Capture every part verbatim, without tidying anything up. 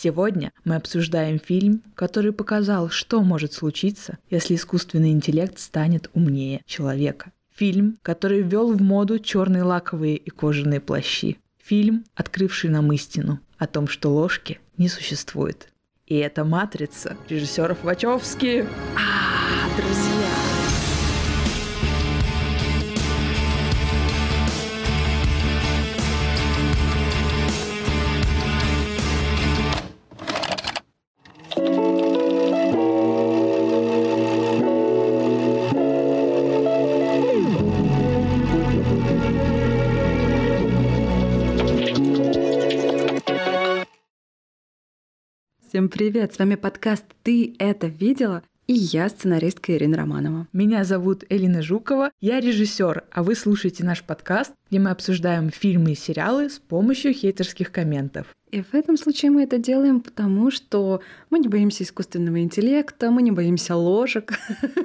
Сегодня мы обсуждаем фильм, который показал, что может случиться, если искусственный интеллект станет умнее человека. Фильм, который ввел в моду черные лаковые и кожаные плащи. Фильм, открывший нам истину о том, что ложки не существует. И это «Матрица» режиссеров Вачовски. А, друзья! Всем привет! С вами подкаст «Ты это видела?» И я сценаристка Ирина Романова. Меня зовут Элина Жукова, я режиссер, а вы слушаете наш подкаст, где мы обсуждаем фильмы и сериалы с помощью хейтерских комментов. И в этом случае мы это делаем потому, что мы не боимся искусственного интеллекта, мы не боимся ложек,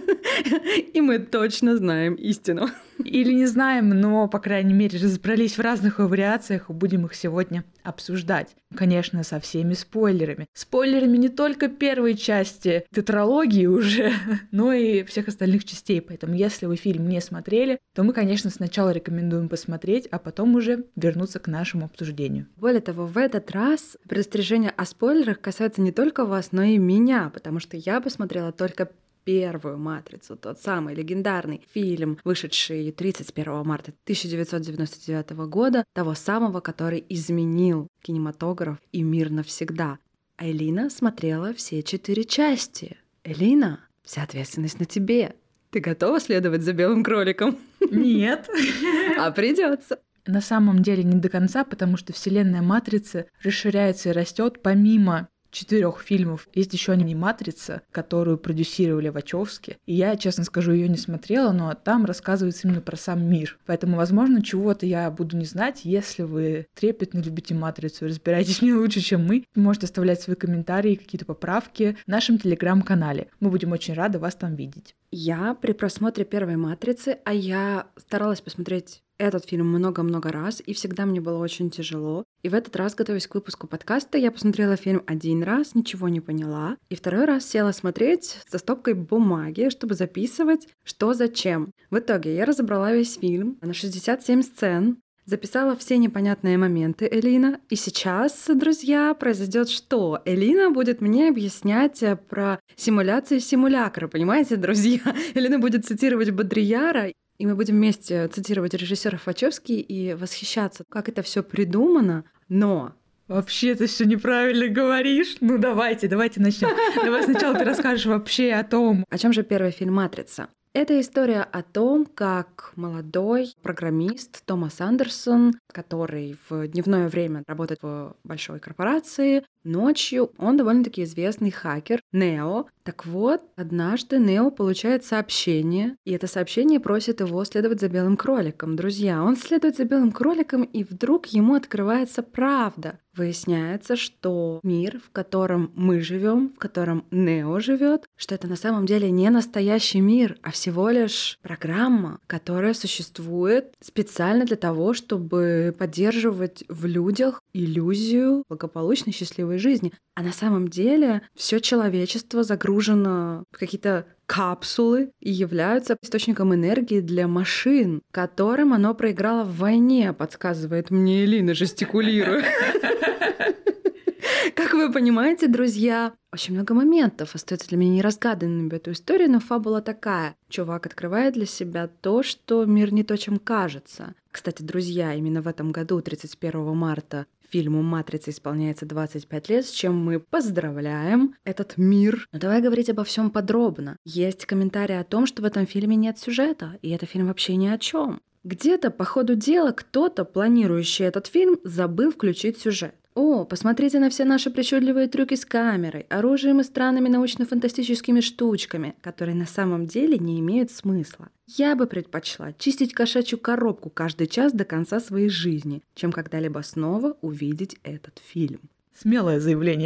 и мы точно знаем истину. Или не знаем, но, по крайней мере, разобрались в разных вариациях и будем их сегодня обсуждать. Конечно, со всеми спойлерами. Спойлерами не только первой части тетралогии уже, но и всех остальных частей. Поэтому, если вы фильм не смотрели, то мы, конечно, сначала рекомендуем посмотреть, а потом уже вернуться к нашему обсуждению. Более того, в этот раз предостережение о спойлерах касается не только вас, но и меня, потому что я посмотрела только первую «Матрицу», тот самый легендарный фильм, вышедший тридцать первого марта тысяча девятьсот девяносто девятого года, того самого, который изменил кинематограф и мир навсегда. А Элина смотрела все четыре части. Элина, вся ответственность на тебе. Ты готова следовать за белым кроликом? Нет. А придется. На самом деле не до конца, потому что вселенная «Матрицы» расширяется и растет помимо четырех фильмов. Есть еще аниме-матрица, которую продюсировали Вачовски. И я, честно скажу, ее не смотрела, но там рассказывается именно про сам мир. Поэтому, возможно, чего-то я буду не знать. Если вы трепетно любите «Матрицу» и разбираетесь в ней лучше, чем мы, вы можете оставлять свои комментарии, какие-то поправки в нашем телеграм-канале. Мы будем очень рады вас там видеть. Я при просмотре первой «Матрицы», а я старалась посмотреть этот фильм много-много раз, и всегда мне было очень тяжело. И в этот раз, готовясь к выпуску подкаста, я посмотрела фильм один раз, ничего не поняла, и второй раз села смотреть со стопкой бумаги, чтобы записывать, что зачем. В итоге я разобрала весь фильм на шестьдесят семь сцен, записала все непонятные моменты Элина, и сейчас, друзья, произойдет что? Элина будет мне объяснять про симуляции симулякра, понимаете, друзья? Элина будет цитировать Бодрияра, и мы будем вместе цитировать режиссеров Вачовски и восхищаться, как это все придумано, но... Вообще ты все неправильно говоришь. Ну давайте, давайте начнем. Давай сначала ты расскажешь вообще о том. О чем же первый фильм «Матрица»? Это история о том, как молодой программист Томас Андерсон, который в дневное время работает в большой корпорации, ночью он довольно-таки известный хакер Нео. Так вот, однажды Нео получает сообщение, и это сообщение просит его следовать за белым кроликом. Друзья, он следует за белым кроликом, и вдруг ему открывается правда. Выясняется, что мир, в котором мы живем, в котором Нео живет, что это на самом деле не настоящий мир, а всего лишь программа, которая существует специально для того, чтобы поддерживать в людях иллюзию благополучной, счастливой жизни. А на самом деле все человечество загружено в какие-то капсулы и являются источником энергии для машин, которым оно проиграло в войне, подсказывает мне Элина, жестикулируя. Как вы понимаете, друзья, очень много моментов остается для меня неразгаданными в эту историю, но фабула такая. Чувак открывает для себя то, что мир не то, чем кажется. Кстати, друзья, именно в этом году, тридцать первого марта, фильму «Матрица» исполняется двадцать пять лет, с чем мы поздравляем этот мир. Но давай говорить обо всем подробно. Есть комментарии о том, что в этом фильме нет сюжета, и это фильм вообще ни о чем. Где-то по ходу дела кто-то, планирующий этот фильм, забыл включить сюжет. О, посмотрите на все наши причудливые трюки с камерой, оружием и странными научно-фантастическими штучками, которые на самом деле не имеют смысла. Я бы предпочла чистить кошачью коробку каждый час до конца своей жизни, чем когда-либо снова увидеть этот фильм. Смелое заявление.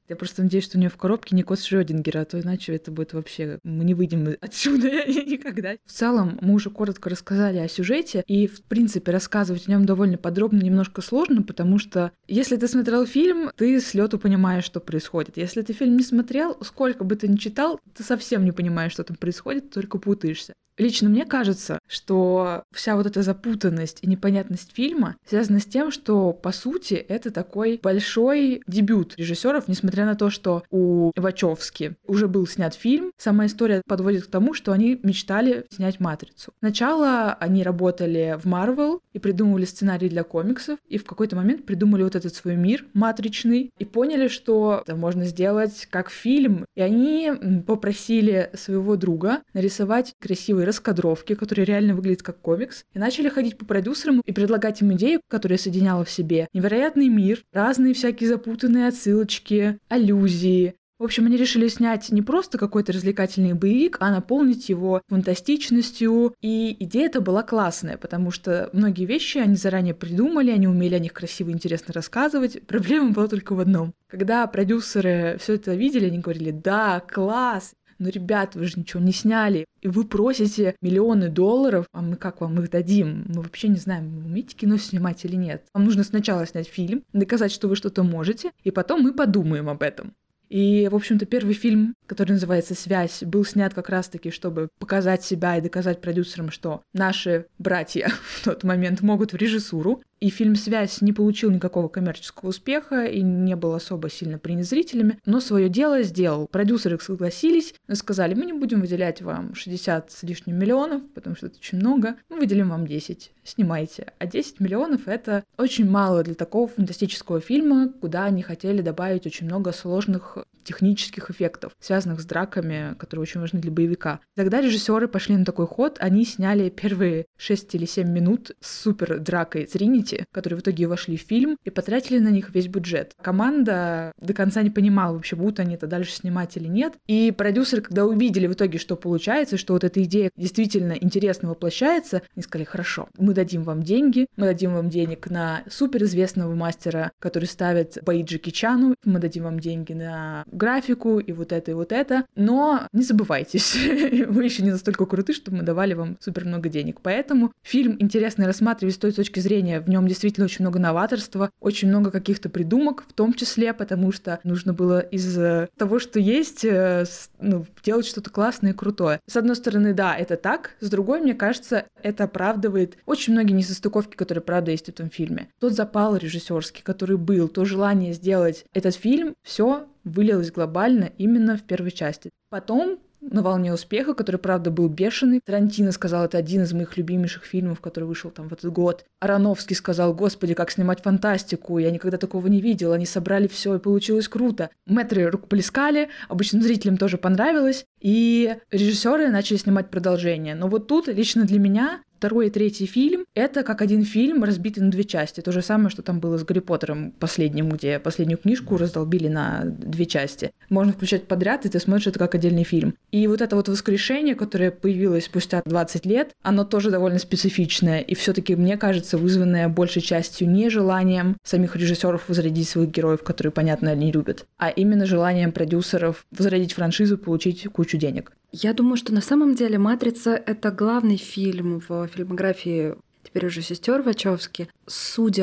Я просто надеюсь, что у нее в коробке не кот Шрёдингера, а то иначе это будет вообще... Мы не выйдем отсюда никогда. В целом, мы уже коротко рассказали о сюжете, и, в принципе, рассказывать о нем довольно подробно немножко сложно, потому что если ты смотрел фильм, ты с лету понимаешь, что происходит. Если ты фильм не смотрел, сколько бы ты ни читал, ты совсем не понимаешь, что там происходит, только путаешься. Лично мне кажется, что вся вот эта запутанность и непонятность фильма связана с тем, что, по сути, это такой большой дебют режиссеров, несмотря на то, что у Вачовски уже был снят фильм. Сама история подводит к тому, что они мечтали снять «Матрицу». Сначала они работали в Marvel и придумывали сценарий для комиксов, и в какой-то момент придумали вот этот свой мир матричный и поняли, что это можно сделать как фильм. И они попросили своего друга нарисовать красивый раскадровки, которые реально выглядят как комикс, и начали ходить по продюсерам и предлагать им идею, которая соединяла в себе невероятный мир, разные всякие запутанные отсылочки, аллюзии. В общем, они решили снять не просто какой-то развлекательный боевик, а наполнить его фантастичностью. И идея эта была классная, потому что многие вещи они заранее придумали, они умели о них красиво и интересно рассказывать. Проблема была только в одном. Когда продюсеры все это видели, они говорили: «Да, класс! Но, ребят, вы же ничего не сняли, и вы просите миллионы долларов, а мы как вам их дадим? Мы вообще не знаем, вы умеете кино снимать или нет. Вам нужно сначала снять фильм, доказать, что вы что-то можете, и потом мы подумаем об этом». И, в общем-то, первый фильм, который называется «Связь», был снят как раз-таки, чтобы показать себя и доказать продюсерам, что наши братья в тот момент могут в режиссуру. И фильм «Связь» не получил никакого коммерческого успеха и не был особо сильно принят зрителями, но свое дело сделал. Продюсеры согласились, сказали: «Мы не будем выделять вам шестьдесят с лишним миллионов, потому что это очень много, мы выделим вам десять, снимайте». А десять миллионов — это очень мало для такого фантастического фильма, куда они хотели добавить очень много сложных технических эффектов, связанных с драками, которые очень важны для боевика. Тогда режиссеры пошли на такой ход, они сняли первые шесть или семь минут с супер дракой Тринити, которые в итоге вошли в фильм, и потратили на них весь бюджет. Команда до конца не понимала вообще, будут они это дальше снимать или нет. И продюсеры, когда увидели в итоге, что получается, что вот эта идея действительно интересно воплощается, они сказали: «Хорошо, мы дадим вам деньги, мы дадим вам денег на суперизвестного мастера, который ставит бои Джеки Чану, мы дадим вам деньги на графику и вот это, и вот это, но не забывайтесь, вы еще не настолько круты, чтобы мы давали вам супер много денег». Поэтому фильм интересно рассматривать с той точки зрения, в нем действительно очень много новаторства, очень много каких-то придумок, в том числе, потому что нужно было из того, что есть, ну, делать что-то классное и крутое. С одной стороны, да, это так, с другой, мне кажется, это оправдывает очень многие несостыковки, которые, правда, есть в этом фильме. Тот запал режиссерский, который был, то желание сделать этот фильм, все вылилось глобально именно в первой части. Потом, на волне успеха, который, правда, был бешеный, Тарантино сказал: «Это один из моих любимейших фильмов, который вышел там в этот год». Аронофский сказал: «Господи, как снимать фантастику, я никогда такого не видел, они собрали все и получилось круто». Мэтры рукоплескали, обычным зрителям тоже понравилось, и режиссеры начали снимать продолжение. Но вот тут лично для меня второй и третий фильм — это как один фильм, разбитый на две части. То же самое, что там было с Гарри Поттером последним, где последнюю книжку раздолбили на две части. Можно включать подряд, и ты смотришь это как отдельный фильм. И вот это вот воскрешение, которое появилось спустя двадцать лет, оно тоже довольно специфичное. И все-таки, мне кажется, вызванное большей частью не желанием самих режиссеров возродить своих героев, которые, понятно, они любят, а именно желанием продюсеров возродить франшизу, получить кучу денег. Я думаю, что на самом деле «Матрица» — это главный фильм в фильмографии теперь уже сестер Вачовски. Судя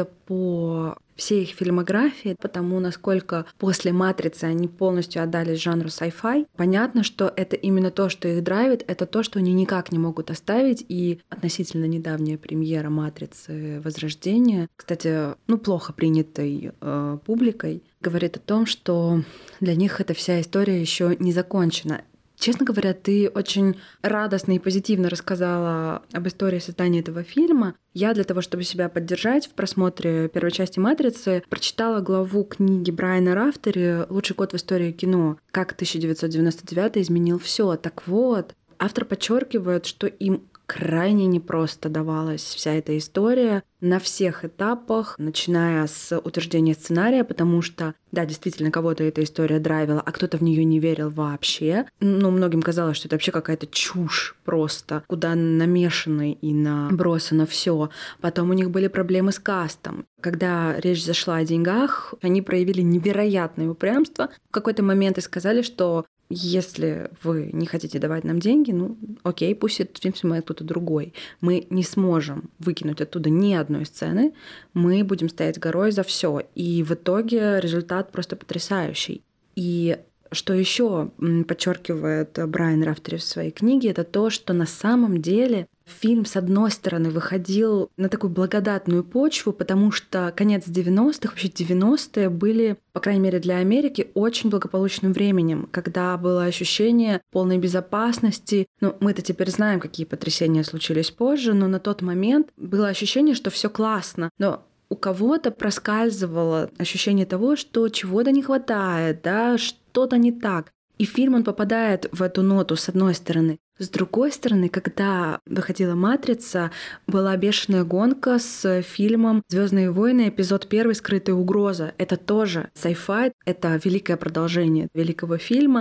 по всей их фильмографии, потому насколько после «Матрицы» они полностью отдались жанру sci-fi, понятно, что это именно то, что их драйвит, это то, что они никак не могут оставить. И относительно недавняя премьера «Матрицы. Возрождение», кстати, ну, плохо принятой э, публикой, говорит о том, что для них эта вся история еще не закончена. Честно говоря, ты очень радостно и позитивно рассказала об истории создания этого фильма. Я для того, чтобы себя поддержать в просмотре первой части «Матрицы», прочитала главу книги Брайана Рафтери «Лучший год в истории кино. Как тысяча девятьсот девяносто девятый изменил все». Так вот, автор подчеркивает, что им крайне непросто давалась вся эта история на всех этапах, начиная с утверждения сценария, потому что, да, действительно, кого-то эта история драйвила, а кто-то в нее не верил вообще. Ну, многим казалось, что это вообще какая-то чушь просто, куда намешано и набросано все. Потом у них были проблемы с кастом. Когда речь зашла о деньгах, они проявили невероятное упрямство. В какой-то момент и сказали, что если вы не хотите давать нам деньги, ну окей, пусть этот фильм снимает кто-то другой. Мы не сможем выкинуть оттуда ни одной сцены, мы будем стоять горой за все. И в итоге результат просто потрясающий. И что еще подчеркивает Брайан Рафтери в своей книге, это то, что на самом деле фильм, с одной стороны, выходил на такую благодатную почву, потому что конец девяностых, вообще девяностые были, по крайней мере для Америки, очень благополучным временем, когда было ощущение полной безопасности. Ну, мы-то теперь знаем, какие потрясения случились позже, но на тот момент было ощущение, что все классно. Но у кого-то проскальзывало ощущение того, что чего-то не хватает, да, что-то не так. И фильм, он попадает в эту ноту с одной стороны. С другой стороны, когда выходила «Матрица», была бешеная гонка с фильмом «Звездные войны», эпизод первый «Скрытая угроза». Это тоже sci-fi, это великое продолжение великого фильма.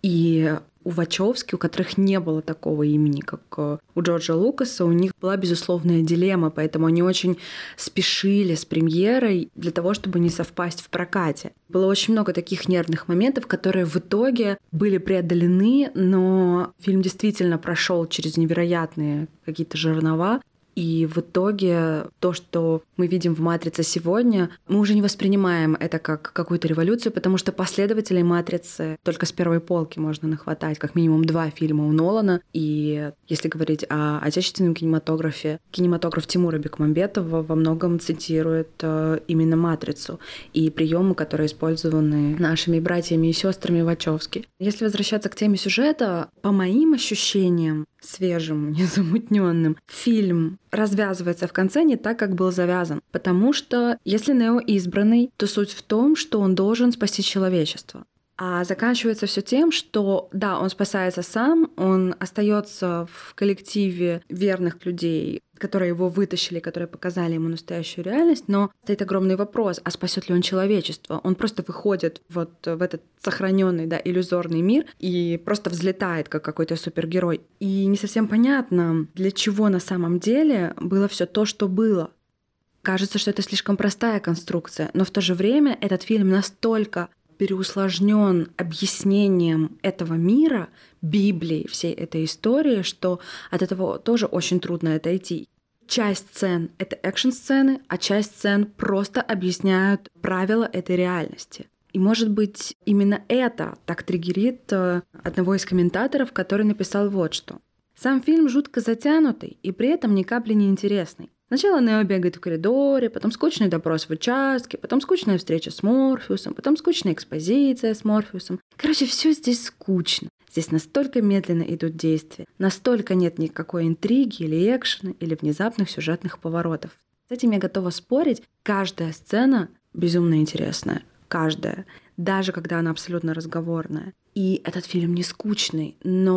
И у Вачовски, у которых не было такого имени, как у Джорджа Лукаса, у них была безусловная дилемма, поэтому они очень спешили с премьерой для того, чтобы не совпасть в прокате. Было очень много таких нервных моментов, которые в итоге были преодолены, но фильм действительно прошел через невероятные какие-то жернова. И в итоге то, что мы видим в «Матрице» сегодня, мы уже не воспринимаем это как какую-то революцию, потому что последователей «Матрицы» только с первой полки можно нахватать, как минимум два фильма у Нолана. И если говорить о отечественном кинематографе, кинематограф Тимура Бекмамбетова во многом цитирует именно «Матрицу» и приемы, которые использованы нашими братьями и сестрами Вачовски. Если возвращаться к теме сюжета, по моим ощущениям, свежим, незамутненным, фильм развязывается в конце не так, как был завязан. Потому что если Нео избранный, то суть в том, что он должен спасти человечество. А заканчивается все тем, что да, он спасается сам, он остается в коллективе верных людей, которые его вытащили, которые показали ему настоящую реальность, но стоит огромный вопрос, а спасет ли он человечество? Он просто выходит вот в этот сохраненный, да, иллюзорный мир и просто взлетает, как какой-то супергерой. И не совсем понятно, для чего на самом деле было все то, что было. Кажется, что это слишком простая конструкция, но в то же время этот фильм настолько переусложнен объяснением этого мира, Библии, всей этой истории, что от этого тоже очень трудно отойти. Часть сцен — это экшн-сцены, а часть сцен просто объясняют правила этой реальности. И, может быть, именно это так триггерит одного из комментаторов, который написал вот что. Сам фильм жутко затянутый и при этом ни капли не интересный. Сначала Нео бегает в коридоре, потом скучный допрос в участке, потом скучная встреча с Морфеусом, потом скучная экспозиция с Морфеусом. Короче, все здесь скучно. Здесь настолько медленно идут действия, настолько нет никакой интриги или экшена, или внезапных сюжетных поворотов. С этим я готова спорить. Каждая сцена безумно интересная. Каждая. Даже когда она абсолютно разговорная. И этот фильм не скучный,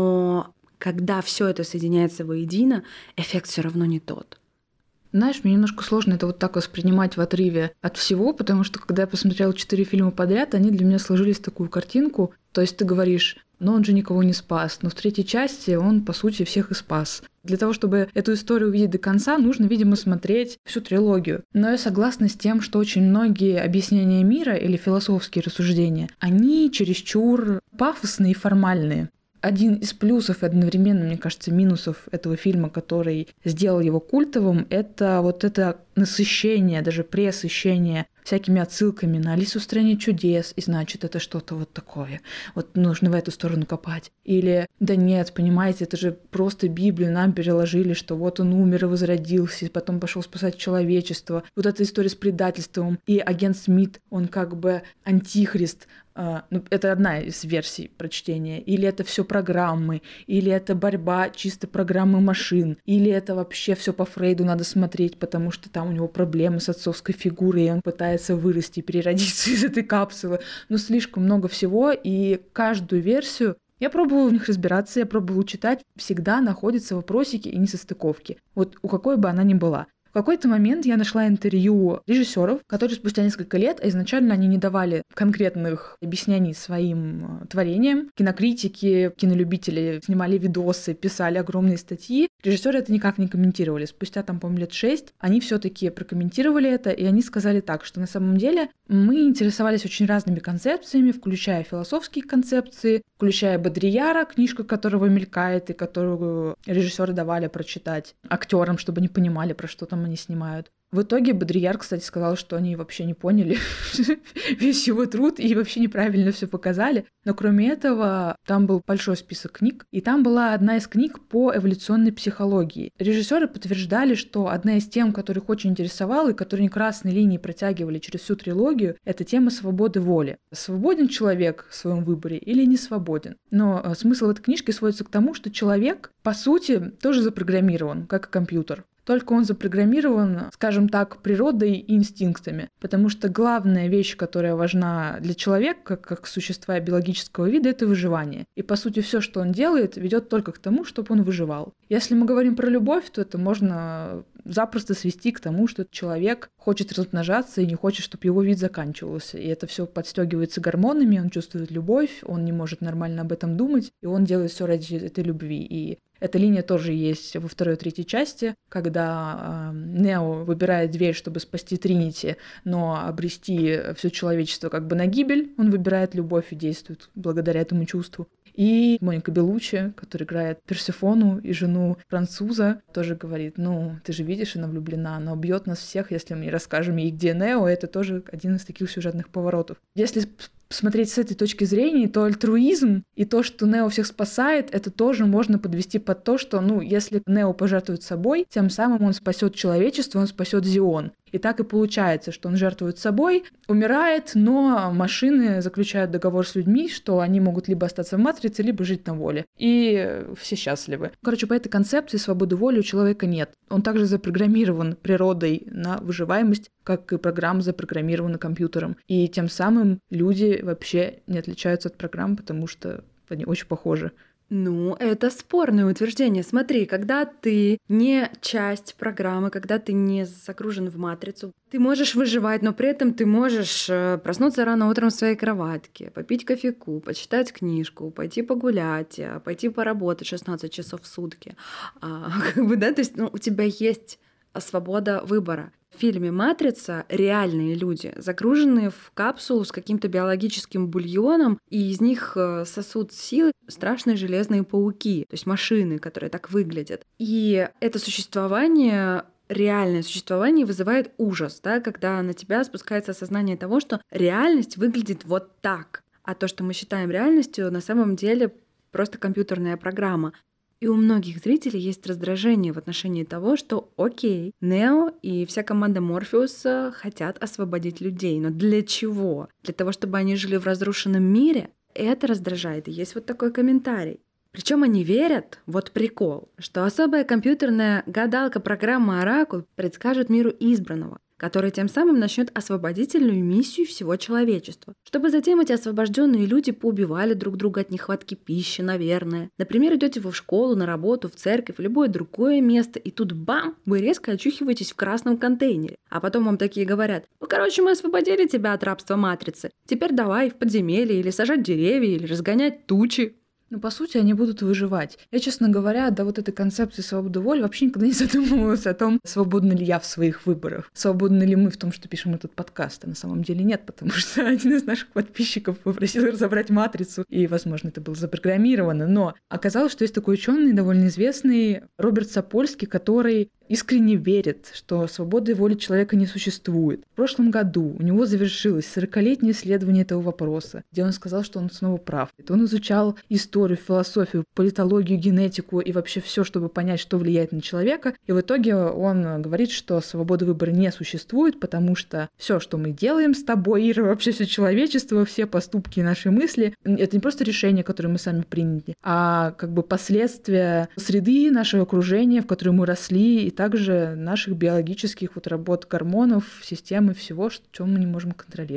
но когда все это соединяется воедино, эффект все равно не тот. Знаешь, мне немножко сложно это вот так воспринимать в отрыве от всего, потому что когда я посмотрела четыре фильма подряд, они для меня сложились в такую картинку. То есть ты говоришь, но он же никого не спас. Но в третьей части он, по сути, всех и спас. Для того, чтобы эту историю увидеть до конца, нужно, видимо, смотреть всю трилогию. Но я согласна с тем, что очень многие объяснения мира или философские рассуждения, они чересчур пафосные и формальные. Один из плюсов и одновременно, мне кажется, минусов этого фильма, который сделал его культовым, это вот это насыщение, даже пресыщение всякими отсылками на «Алису в стране чудес», и значит, это что-то вот такое. Вот нужно в эту сторону копать. Или «Да нет, понимаете, это же просто Библию нам переложили, что вот он умер и возродился, и потом пошел спасать человечество». Вот эта история с предательством. И агент Смит, он как бы антихрист. Uh, ну, это одна из версий прочтения. Или это все программы, или это борьба чисто программы машин, или это вообще все по Фрейду надо смотреть, потому что там у него проблемы с отцовской фигурой, и он пытается вырасти, переродиться из этой капсулы. Но слишком много всего, и каждую версию Я пробовала в них разбираться, я пробовала читать. Всегда находятся вопросики и несостыковки. Вот у какой бы она ни была. В какой-то момент я нашла интервью режиссеров, которые спустя несколько лет, а изначально они не давали конкретных объяснений своим творениям. Кинокритики, кинолюбители снимали видосы, писали огромные статьи. Режиссеры это никак не комментировали. Спустя, там, по-моему, лет шесть они все-таки прокомментировали это, и они сказали так, что на самом деле мы интересовались очень разными концепциями, включая философские концепции, включая Бодрияра, книжка которого мелькает и которую режиссеры давали прочитать актерам, чтобы они понимали, про что там они снимают. В итоге Бодрияр, кстати, сказал, что они вообще не поняли весь его труд и вообще неправильно все показали. Но кроме этого, там был большой список книг, и там была одна из книг по эволюционной психологии. Режиссеры подтверждали, что одна из тем, которых очень интересовала и которые они красной линией протягивали через всю трилогию, это тема свободы воли. Свободен человек в своем выборе или не свободен? Но смысл этой книжки сводится к тому, что человек, по сути, тоже запрограммирован, как и компьютер. Только он запрограммирован, скажем так, природой и инстинктами. Потому что главная вещь, которая важна для человека, как существа биологического вида, это выживание. И, по сути, все, что он делает, ведет только к тому, чтобы он выживал. Если мы говорим про любовь, то это можно запросто свести к тому, что человек хочет размножаться и не хочет, чтобы его вид заканчивался. И это все подстегивается гормонами, он чувствует любовь, он не может нормально об этом думать, и он делает все ради этой любви. И эта линия тоже есть во второй и третьей части, когда э, Нео выбирает дверь, чтобы спасти Тринити, но обрести все человечество как бы на гибель. Он выбирает любовь и действует благодаря этому чувству. И Моника Беллуччи, которая играет Персефону и жену француза, тоже говорит: ну, ты же видишь, она влюблена, она убьет нас всех, если мы не расскажем ей, где Нео. Это тоже один из таких сюжетных поворотов. Если смотреть с этой точки зрения, то альтруизм и то, что Нео всех спасает, это тоже можно подвести под то, что, ну, если Нео пожертвует собой, тем самым он спасет человечество, он спасет Зион. И так и получается, что он жертвует собой, умирает, но машины заключают договор с людьми, что они могут либо остаться в матрице, либо жить на воле. И все счастливы. Короче, по этой концепции свободы воли у человека нет. Он также запрограммирован природой на выживаемость, как и программа запрограммирована компьютером. И тем самым люди вообще не отличаются от программ, потому что они очень похожи. Ну, это спорное утверждение. Смотри, когда ты не часть программы, когда ты не загружен в матрицу, ты можешь выживать, но при этом ты можешь проснуться рано утром в своей кроватке, попить кофейку, почитать книжку, пойти погулять, пойти поработать шестнадцать часов в сутки. А, как бы, да, то есть ну, у тебя есть свобода выбора. В фильме «Матрица» реальные люди, загруженные в капсулу с каким-то биологическим бульоном, и из них сосут силы страшные железные пауки, то есть машины, которые так выглядят. И это существование, реальное существование вызывает ужас, да, когда на тебя спускается осознание того, что реальность выглядит вот так, а то, что мы считаем реальностью, на самом деле просто компьютерная программа. И у многих зрителей есть раздражение в отношении того, что окей, Нео и вся команда Морфеуса хотят освободить людей. Но для чего? Для того, чтобы они жили в разрушенном мире? Это раздражает. И есть вот такой комментарий. Причем они верят, вот прикол, что особая компьютерная гадалка-программа Оракул предскажет миру избранного, который тем самым начнет освободительную миссию всего человечества. Чтобы затем эти освобожденные люди поубивали друг друга от нехватки пищи, наверное. Например, идете вы в школу, на работу, в церковь, в любое другое место, и тут бам, вы резко очухиваетесь в красном контейнере. А потом вам такие говорят: ну, короче, мы освободили тебя от рабства матрицы. Теперь давай в подземелье или сажать деревья, или разгонять тучи. Ну, по сути, они будут выживать. Я, честно говоря, до вот этой концепции свободы воли вообще никогда не задумывалась о том, свободны ли я в своих выборах, свободны ли мы в том, что пишем этот подкаст. А на самом деле нет, потому что один из наших подписчиков попросил разобрать матрицу, и, возможно, это было запрограммировано. Но оказалось, что есть такой ученый, довольно известный, Роберт Сапольский, который искренне верит, что свободы воли человека не существует. В прошлом году у него завершилось сорокалетнее исследование этого вопроса, где он сказал, что он снова прав. Он изучал историю, философию, политологию, генетику и вообще все, чтобы понять, что влияет на человека. И в итоге он говорит, что свободы выбора не существует, потому что все, что мы делаем с тобой, Ира, вообще все человечество, все поступки и наши мысли, это не просто решения, которые мы сами приняли, а как бы последствия среды, нашего окружения, в которой мы росли, и также наших биологических вот работ гормонов, системы, всего, что мы не можем контролировать.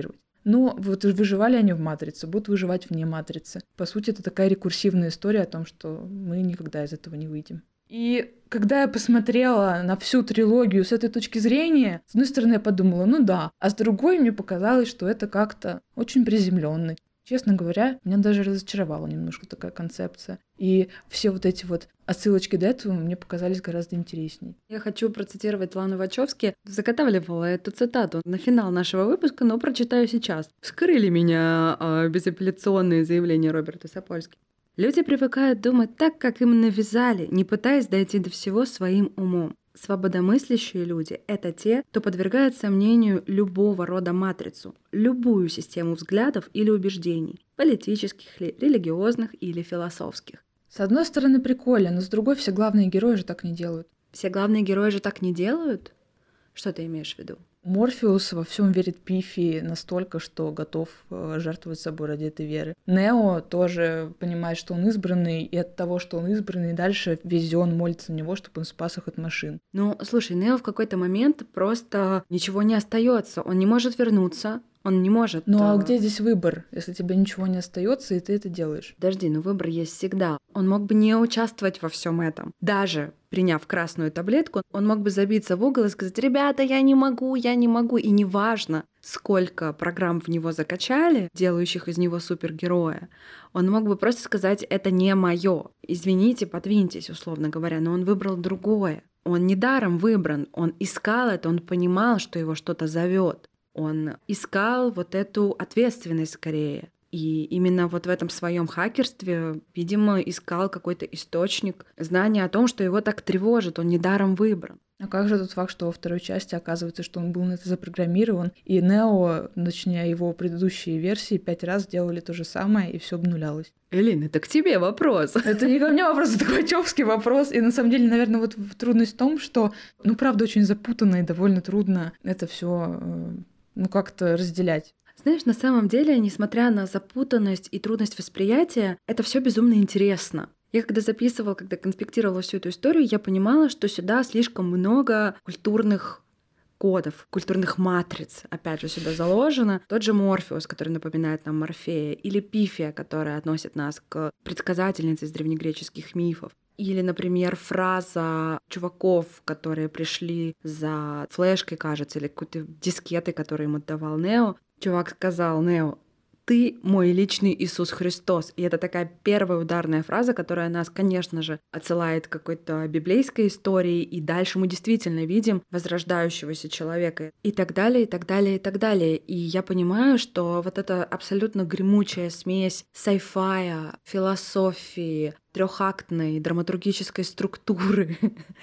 Но вот выживали они в «Матрице», будут выживать вне «Матрицы». По сути, это такая рекурсивная история о том, что мы никогда из этого не выйдем. И когда я посмотрела на всю трилогию с этой точки зрения, с одной стороны, я подумала, ну да, а с другой мне показалось, что это как-то очень приземленно. Честно говоря, меня даже разочаровала немножко такая концепция. И все вот эти вот отсылочки до этого мне показались гораздо интереснее. Я хочу процитировать Лану Вачовски. Заготавливала эту цитату на финал нашего выпуска, но прочитаю сейчас. Вскрыли меня э, безапелляционные заявления Роберта Сапольски. Люди привыкают думать так, как им навязали, не пытаясь дойти до всего своим умом. Свободомыслящие люди — это те, кто подвергает сомнению любого рода матрицу, любую систему взглядов или убеждений, политических ли, религиозных или философских. С одной стороны, прикольно, но с другой, все главные герои же так не делают. Все главные герои же так не делают? Что ты имеешь в виду? Морфеус во всем верит Пифи настолько, что готов жертвовать собой ради этой веры. Нео тоже понимает, что он избранный, и от того, что он избранный, дальше весь Зион молится на него, чтобы он спас их от машин. Ну, слушай, Нео в какой-то момент просто ничего не остается, он не может вернуться. Он не может. Ну а где здесь выбор, если тебе ничего не остается, и ты это делаешь? Подожди, ну выбор есть всегда. Он мог бы не участвовать во всем этом. Даже приняв красную таблетку, он мог бы забиться в угол и сказать: ребята, я не могу, я не могу. И неважно, сколько программ в него закачали, делающих из него супергероя, он мог бы просто сказать: это не мое. Извините, подвиньтесь, условно говоря, но он выбрал другое. Он недаром выбран, он искал это, он понимал, что его что-то зовет. Он искал вот эту ответственность скорее. И именно вот в этом своем хакерстве, видимо, искал какой-то источник знания о том, что его так тревожит, он недаром выбран. А как же тот факт, что во второй части оказывается, что он был на это запрограммирован, и Нео, точнее его предыдущие версии, пять раз делали то же самое, и все обнулялось? Элин, это к тебе вопрос. Это не ко мне вопрос, это Вачовский вопрос. И на самом деле, наверное, вот трудность в том, что, ну, правда, очень запутанно и довольно трудно это все, ну, как-то разделять. Знаешь, на самом деле, несмотря на запутанность и трудность восприятия, это все безумно интересно. Я когда записывала, когда конспектировала всю эту историю, я понимала, что сюда слишком много культурных кодов, культурных матриц, опять же, сюда заложено. Тот же Морфеус, который напоминает нам Морфея, или Пифия, которая относит нас к предсказательнице из древнегреческих мифов. Или, например, фраза чуваков, которые пришли за флешкой, кажется, или какой-то дискетой, которую им отдавал Нео. Чувак сказал Нео: «Ты мой личный Иисус Христос». И это такая первая ударная фраза, которая нас, конечно же, отсылает к какой-то библейской истории, и дальше мы действительно видим возрождающегося человека, и так далее, и так далее, и так далее. И я понимаю, что вот эта абсолютно гремучая смесь сайфая, философии, трехактной драматургической структуры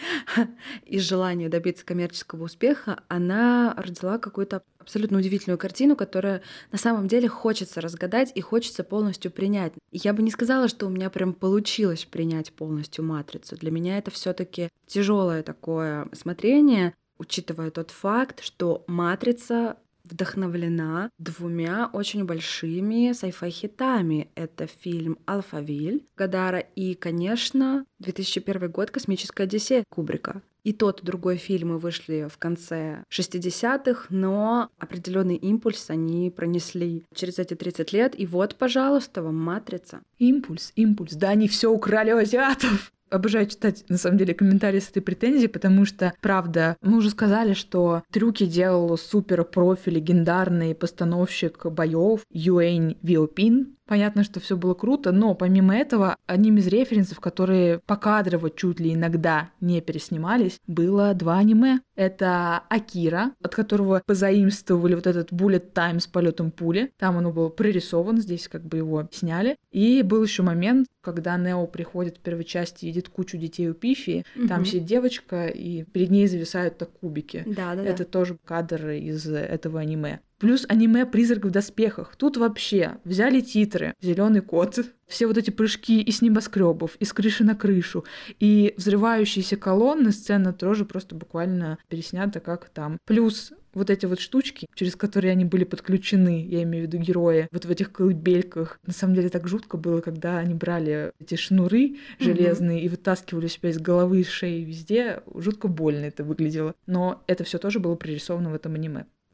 и желания добиться коммерческого успеха, она родила какую-то абсолютно удивительную картину, которая на самом деле хочется разгадать и хочется полностью принять. И я бы не сказала, что у меня прям получилось принять полностью «Матрицу». Для меня это все-таки тяжелое такое смотрение, учитывая тот факт, что «Матрица» вдохновлена двумя очень большими sci-fi хитами. Это фильм «Алфавиль» Годара и, конечно, две тысячи первый год «Космическая Одиссея» Кубрика. И тот, и другой фильмы вышли в конце шестидесятых, но определенный импульс они пронесли через эти тридцать лет. И вот, пожалуйста, вам «Матрица». Импульс, импульс. Да, они все украли у азиатов. Обожаю читать, на самом деле, комментарии с этой претензией, потому что, правда, мы уже сказали, что трюки делал супер-профи, легендарный постановщик боев Юэнь Виопин. Понятно, что все было круто, но помимо этого, одним из референсов, которые покадрово чуть ли иногда не переснимались, было два аниме. Это «Акира», от которого позаимствовали вот этот bullet time с полетом пули. Там оно было прорисовано, здесь как бы его сняли. И был еще момент, когда Нео приходит в первой части и видит кучу детей у Пифи. Угу. Там сидит девочка, и перед ней зависают так кубики. Да, да, Это да. тоже кадр из этого аниме. Плюс аниме «Призрак в доспехах». Тут вообще взяли титры, зеленый кот, все вот эти прыжки из небоскребов, из крыши на крышу, и взрывающиеся колонны, сцена тоже просто буквально переснята как там. Плюс вот эти вот штучки, через которые они были подключены, я имею в виду герои, вот в этих колыбельках. На самом деле так жутко было, когда они брали эти шнуры железные mm-hmm. и вытаскивали себя из головы, из шеи, везде. Жутко больно это выглядело. Но это все тоже было прорисовано в этом аниме.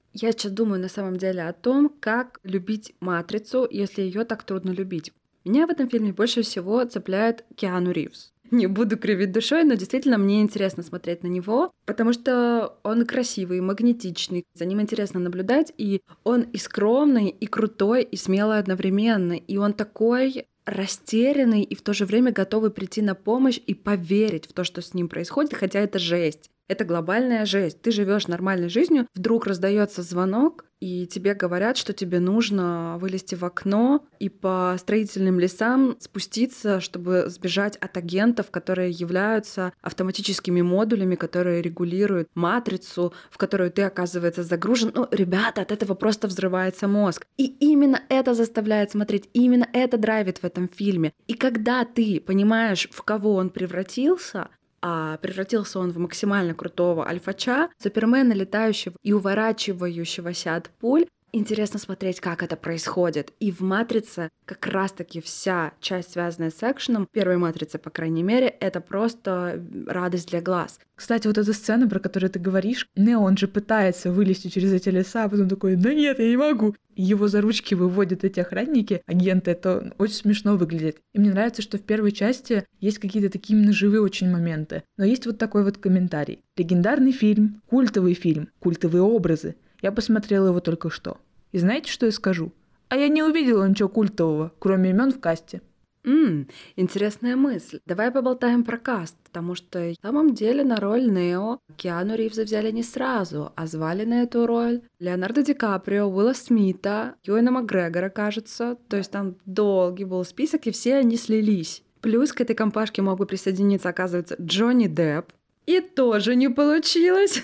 Я сейчас думаю на самом деле о том, как любить «Матрицу», если ее так трудно любить. Меня в этом фильме больше всего цепляет Киану Ривз. Не буду кривить душой, но действительно мне интересно смотреть на него, потому что он красивый, магнетичный, за ним интересно наблюдать, и он и скромный, и крутой, и смелый одновременно, и он такой растерянный и в то же время готовый прийти на помощь и поверить в то, что с ним происходит, хотя это жесть. Это глобальная жесть. Ты живешь нормальной жизнью, вдруг раздается звонок, и тебе говорят, что тебе нужно вылезти в окно и по строительным лесам спуститься, чтобы сбежать от агентов, которые являются автоматическими модулями, которые регулируют матрицу, в которую ты, оказывается, загружен. Ну, ребята, от этого просто взрывается мозг. И именно это заставляет смотреть, именно это драйвит в этом фильме. И когда ты понимаешь, в кого он превратился, а превратился он в максимально крутого альфача, супермена, летающего и уворачивающегося от пуль. Интересно смотреть, как это происходит. И в «Матрице» как раз-таки вся часть, связанная с экшеном, первой «Матрицы», по крайней мере, это просто радость для глаз. Кстати, вот эта сцена, про которую ты говоришь, Нео, он же пытается вылезти через эти леса, а потом такой: да нет, я не могу. И его за ручки выводят эти охранники, агенты, это очень смешно выглядит. И мне нравится, что в первой части есть какие-то такие именно живые очень моменты. Но есть вот такой вот комментарий. Легендарный фильм, культовый фильм, культовые образы. Я посмотрела его только что. И знаете, что я скажу? А я не увидела ничего культового, кроме имен в касте. Ммм, интересная мысль. Давай поболтаем про каст, потому что на самом деле на роль Нео Киану Ривза взяли не сразу, а звали на эту роль Леонардо Ди Каприо, Уилла Смита, Юэна Макгрегора, кажется. То есть там долгий был список, и все они слились. Плюс к этой компашке мог бы присоединиться, оказывается, Джонни Депп. И тоже не получилось.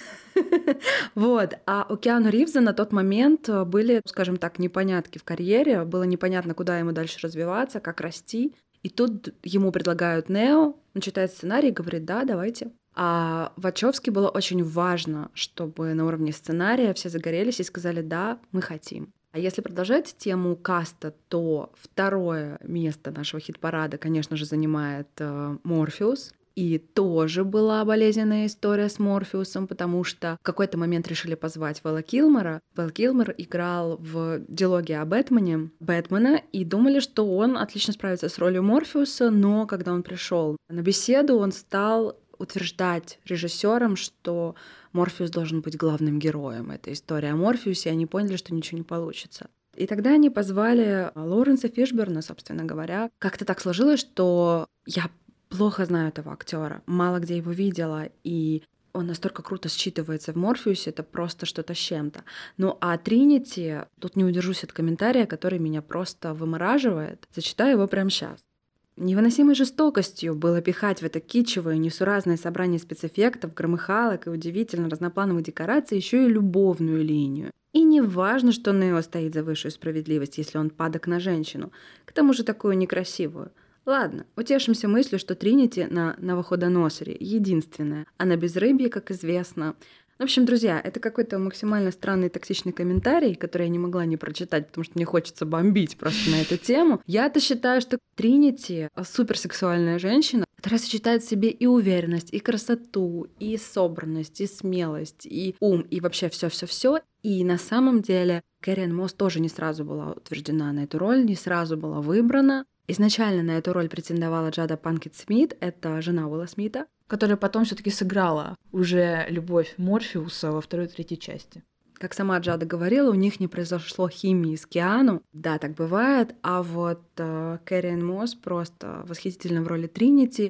Вот. А у Киану Ривза на тот момент были, скажем так, непонятки в карьере. Было непонятно, куда ему дальше развиваться, как расти. И тут ему предлагают Нео, он читает сценарий и говорит: да, давайте. А Вачовски было очень важно, чтобы на уровне сценария все загорелись и сказали: да, мы хотим. А если продолжать тему каста, то второе место нашего хит-парада, конечно же, занимает э, Морфеус. И тоже была болезненная история с Морфеусом, потому что в какой-то момент решили позвать Вэлла Килмера. Вэлл Килмер играл в дилогии о Бэтмене Бэтмена, и думали, что он отлично справится с ролью Морфеуса, но когда он пришел на беседу, он стал утверждать режиссерам, что Морфеус должен быть главным героем. Это история о Морфеусе, и они поняли, что ничего не получится. И тогда они позвали Лоуренса Фишберна, собственно говоря. Как-то так сложилось, что я плохо знаю этого актера, мало где его видела, и он настолько круто считывается в Морфеусе, это просто что-то с чем-то. Ну а Тринити, тут не удержусь от комментария, который меня просто вымораживает. Зачитаю его прямо сейчас. Невыносимой жестокостью было пихать в это китчевое, несуразное собрание спецэффектов, громыхалок и удивительно разноплановых декораций еще и любовную линию. И не важно, что Нео стоит за высшую справедливость, если он падок на женщину, к тому же такую некрасивую. Ладно, утешимся мыслью, что Тринити на Навуходоносоре единственная, а на Безрыбье, как известно. В общем, друзья, это какой-то максимально странный токсичный комментарий, который я не могла не прочитать, потому что мне хочется бомбить просто на эту тему. Я-то считаю, что Тринити — суперсексуальная женщина, которая сочетает в себе и уверенность, и красоту, и собранность, и смелость, и ум, и вообще все-все-все. И на самом деле Кэрриан Мосс тоже не сразу была утверждена на эту роль, не сразу была выбрана. Изначально на эту роль претендовала Джада Пинкет Смит, это жена Уилла Смита, которая потом все-таки сыграла уже любовь Морфеуса во второй и третьей части. Как сама Джада говорила, у них не произошло химии с Киану. Да, так бывает. А вот э, Кэрриан Мосс просто восхитительна в роли Тринити.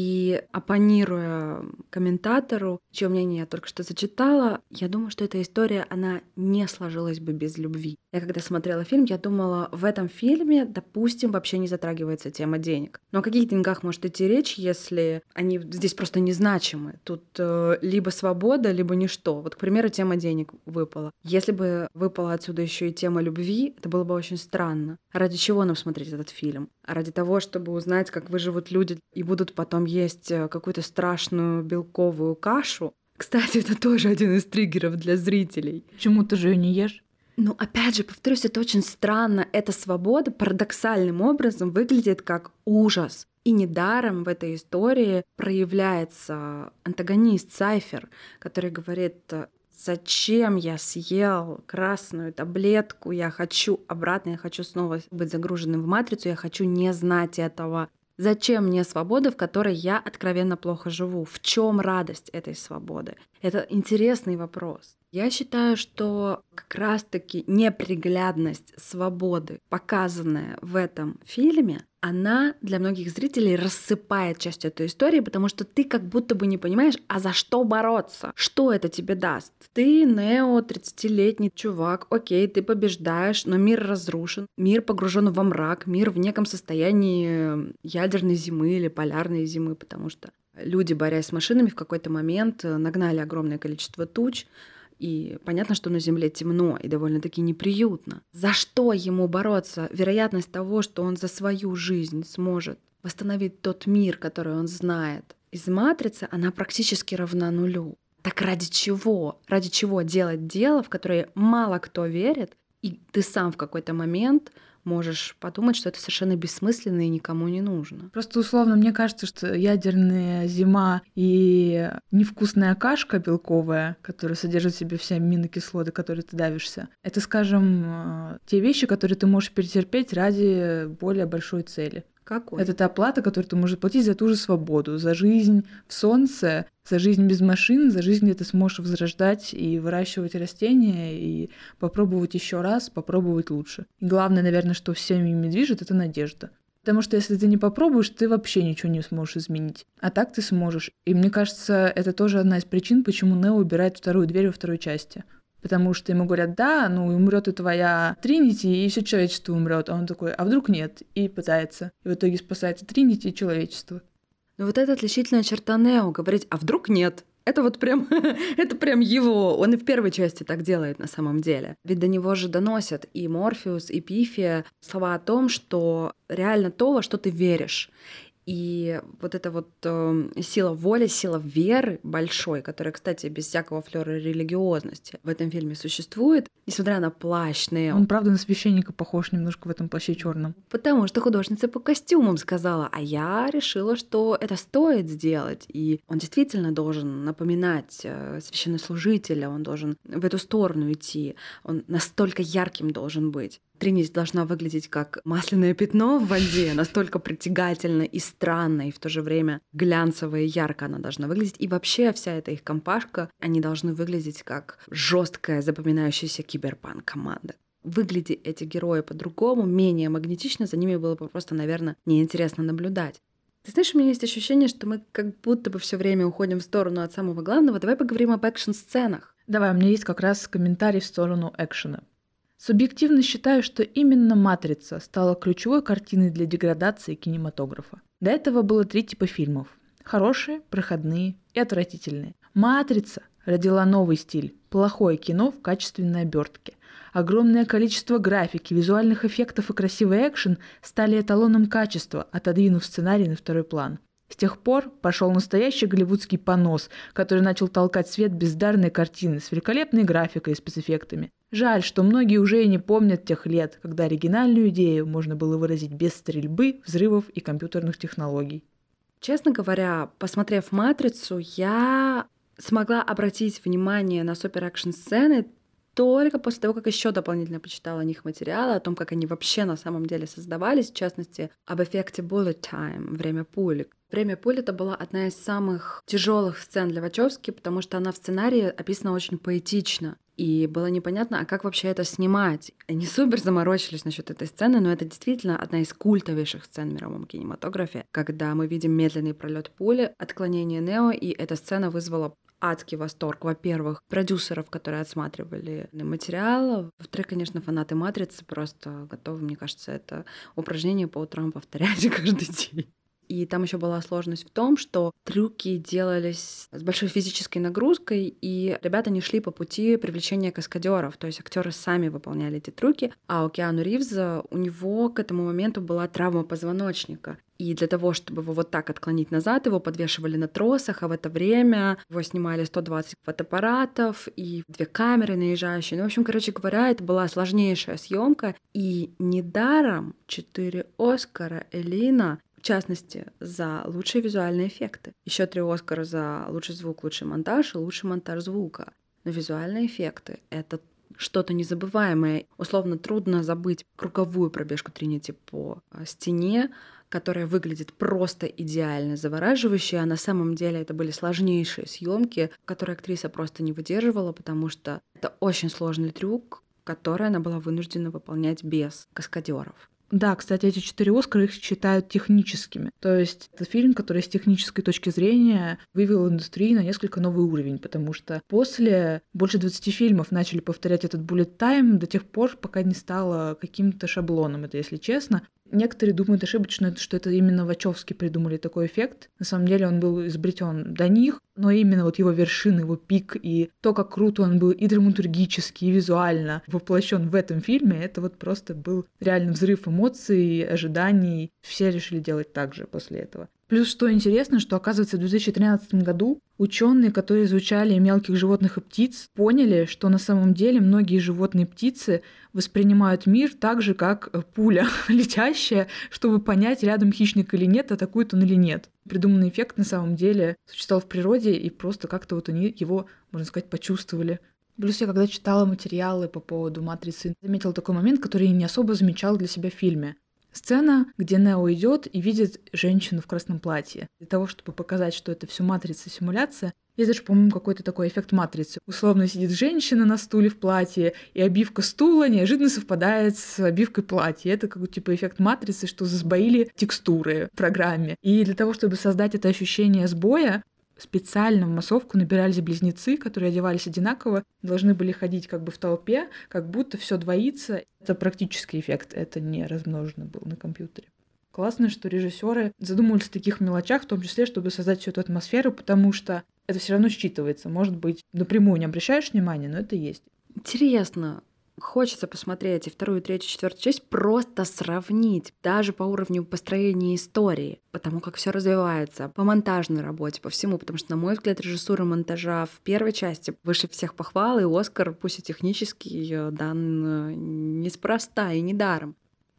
И оппонируя комментатору, чье мнение я только что зачитала, я думаю, что эта история, она не сложилась бы без любви. Я когда смотрела фильм, я думала, в этом фильме, допустим, вообще не затрагивается тема денег. Но о каких деньгах может идти речь, если они здесь просто незначимы? Тут э, либо свобода, либо ничто. Вот, к примеру, тема денег выпала. Если бы выпала отсюда еще и тема любви, это было бы очень странно. Ради чего нам смотреть этот фильм? Ради того, чтобы узнать, как выживут люди и будут потом есть какую-то страшную белковую кашу. Кстати, это тоже один из триггеров для зрителей. Почему ты же ее не ешь? Ну, опять же, повторюсь, это очень странно. Эта свобода парадоксальным образом выглядит как ужас. И недаром в этой истории проявляется антагонист Сайфер, который говорит: Зачем я съел красную таблетку? Я хочу обратно, я хочу снова быть загруженным в матрицу, я хочу не знать этого. Зачем мне свобода, в которой я откровенно плохо живу? В чем радость этой свободы? Это интересный вопрос. Я считаю, что как раз-таки неприглядность свободы, показанная в этом фильме, она для многих зрителей рассыпает часть этой истории, потому что ты как будто бы не понимаешь, а за что бороться? Что это тебе даст? Ты Нео, тридцатилетний чувак, окей, ты побеждаешь, но мир разрушен, мир погружен во мрак, мир в неком состоянии ядерной зимы или полярной зимы, потому что люди, борясь с машинами, в какой-то момент нагнали огромное количество туч, и понятно, что на Земле темно и довольно-таки неприютно. За что ему бороться? Вероятность того, что он за свою жизнь сможет восстановить тот мир, который он знает из «Матрицы», она практически равна нулю. Так ради чего? Ради чего делать дело, в которое мало кто верит, и ты сам в какой-то момент можешь подумать, что это совершенно бессмысленно и никому не нужно. Просто условно мне кажется, что ядерная зима и невкусная кашка белковая, которая содержит в себе все аминокислоты, которые ты давишься, это, скажем, те вещи, которые ты можешь перетерпеть ради более большой цели. Какой? Это та плата, которую ты можешь платить за ту же свободу, за жизнь в солнце, за жизнь без машин, за жизнь, где ты сможешь возрождать и выращивать растения, и попробовать еще раз, попробовать лучше. И главное, наверное, что всеми ими движет, это надежда. Потому что если ты не попробуешь, ты вообще ничего не сможешь изменить. А так ты сможешь. И мне кажется, это тоже одна из причин, почему Нео убирает вторую дверь во второй части. Потому что ему говорят, да, ну умрет и твоя Тринити, и все человечество умрет. А он такой, а вдруг нет? И пытается. И в итоге спасается Тринити и человечество. Ну вот это отличительная черта Нео, говорить, а вдруг нет? Это вот прям, это прям его. Он и в первой части так делает на самом деле. Ведь до него же доносят и Морфеус, и Пифия слова о том, что реально то, во что ты веришь. И вот эта вот э, сила воли, сила веры большой, которая, кстати, без всякого флёра религиозности в этом фильме существует, несмотря на плащ Нео. Он, правда, на священника похож немножко в этом плаще черном. Потому что художница по костюмам сказала, а я решила, что это стоит сделать. И он действительно должен напоминать э, священнослужителя, он должен в эту сторону идти, он настолько ярким должен быть. Тринити должна выглядеть как масляное пятно в воде, настолько притягательно и странно, и в то же время глянцево и ярко она должна выглядеть. И вообще вся эта их компашка, они должны выглядеть как жесткая, запоминающаяся киберпанк-команда. Выгляди эти герои по-другому, менее магнетично, за ними было бы просто, наверное, неинтересно наблюдать. Ты знаешь, у меня есть ощущение, что мы как будто бы все время уходим в сторону от самого главного. Давай поговорим об экшн-сценах. Давай, у меня есть как раз комментарий в сторону экшена. Субъективно считаю, что именно «Матрица» стала ключевой картиной для деградации кинематографа. До этого было три типа фильмов – хорошие, проходные и отвратительные. «Матрица» родила новый стиль – плохое кино в качественной обертке. Огромное количество графики, визуальных эффектов и красивый экшен стали эталоном качества, отодвинув сценарий на второй план. С тех пор пошел настоящий голливудский понос, который начал толкать в свет бездарные картины с великолепной графикой и спецэффектами. Жаль, что многие уже и не помнят тех лет, когда оригинальную идею можно было выразить без стрельбы, взрывов и компьютерных технологий. Честно говоря, посмотрев «Матрицу», я смогла обратить внимание на супер-экшн-сцены только после того, как еще дополнительно почитала о них материалы, о том, как они вообще на самом деле создавались, в частности, об эффекте bullet time, время пули. Время пули — это была одна из самых тяжелых сцен для Вачовски, потому что она в сценарии описана очень поэтично. И было непонятно, а как вообще это снимать. Они супер заморочились насчет этой сцены, но это действительно одна из культовейших сцен в мировом кинематографе, когда мы видим медленный пролет пули, отклонение Нео, и эта сцена вызвала адский восторг, во-первых, продюсеров, которые отсматривали материал. Во-вторых, конечно, фанаты «Матрицы» просто готовы, мне кажется, это упражнение по утрам повторять каждый день. И там еще была сложность в том, что трюки делались с большой физической нагрузкой, и ребята не шли по пути привлечения каскадеров, то есть актеры сами выполняли эти трюки, а у Киану Ривза, у него к этому моменту была травма позвоночника. И для того, чтобы его вот так отклонить назад, его подвешивали на тросах, а в это время его снимали сто двадцать фотоаппаратов и две камеры наезжающие. Ну, в общем, короче говоря, это была сложнейшая съемка. И недаром четыре Оскара Элина, в частности, за лучшие визуальные эффекты. Еще три Оскара за лучший звук, лучший монтаж и лучший монтаж звука. но визуальные эффекты — это что-то незабываемое. Условно трудно забыть круговую пробежку Тринити по стене, которая выглядит просто идеально завораживающе, а на самом деле это были сложнейшие съемки, которые актриса просто не выдерживала, потому что это очень сложный трюк, который она была вынуждена выполнять без каскадеров. Да, кстати, эти четыре Оскара их считают техническими. То есть это фильм, который с технической точки зрения вывел индустрию на несколько новый уровень, потому что после больше двадцати фильмов начали повторять этот bullet time до тех пор, пока не стало каким-то шаблоном, это если честно. Некоторые думают ошибочно, что это именно Вачовски придумали такой эффект. На самом деле он был изобретен до них, но именно вот его вершина, его пик и то, как круто он был и драматургически, и визуально воплощен в этом фильме, это вот просто был реально взрыв эмоций, ожиданий. Все решили делать так же после этого. Плюс, что интересно, что, оказывается, в две тысячи тринадцатом году ученые, которые изучали мелких животных и птиц, поняли, что на самом деле многие животные и птицы воспринимают мир так же, как пуля летящая, чтобы понять, рядом хищник или нет, атакует он или нет. Придуманный эффект на самом деле существовал в природе, и просто как-то вот они его, можно сказать, почувствовали. Плюс я, когда читала материалы по поводу «Матрицы», заметила такой момент, который я не особо замечала для себя в фильме. Сцена, где Нео идет и видит женщину в красном платье. Для того, чтобы показать, что это все матрица, симуляция, есть даже, по-моему, какой-то такой эффект матрицы. Условно сидит женщина на стуле в платье, и обивка стула неожиданно совпадает с обивкой платья. Это как типа эффект матрицы, что засбоили текстуры в программе. И для того, чтобы создать это ощущение сбоя, специально в массовку набирались близнецы, которые одевались одинаково, должны были ходить как бы в толпе, как будто все двоится. Это практический эффект, это не размножено было на компьютере. Классно, что режиссеры задумывались о таких мелочах, в том числе, чтобы создать всю эту атмосферу, потому что это все равно считывается. Может быть, напрямую не обращаешь внимания, но это есть. Интересно. Хочется посмотреть и вторую, и третью, и четвертую часть, просто сравнить даже по уровню построения истории, потому как все развивается, по монтажной работе, по всему, потому что, на мой взгляд, режиссура монтажа в первой части выше всех похвал, и Оскар, пусть и технический, дан неспроста и недаром.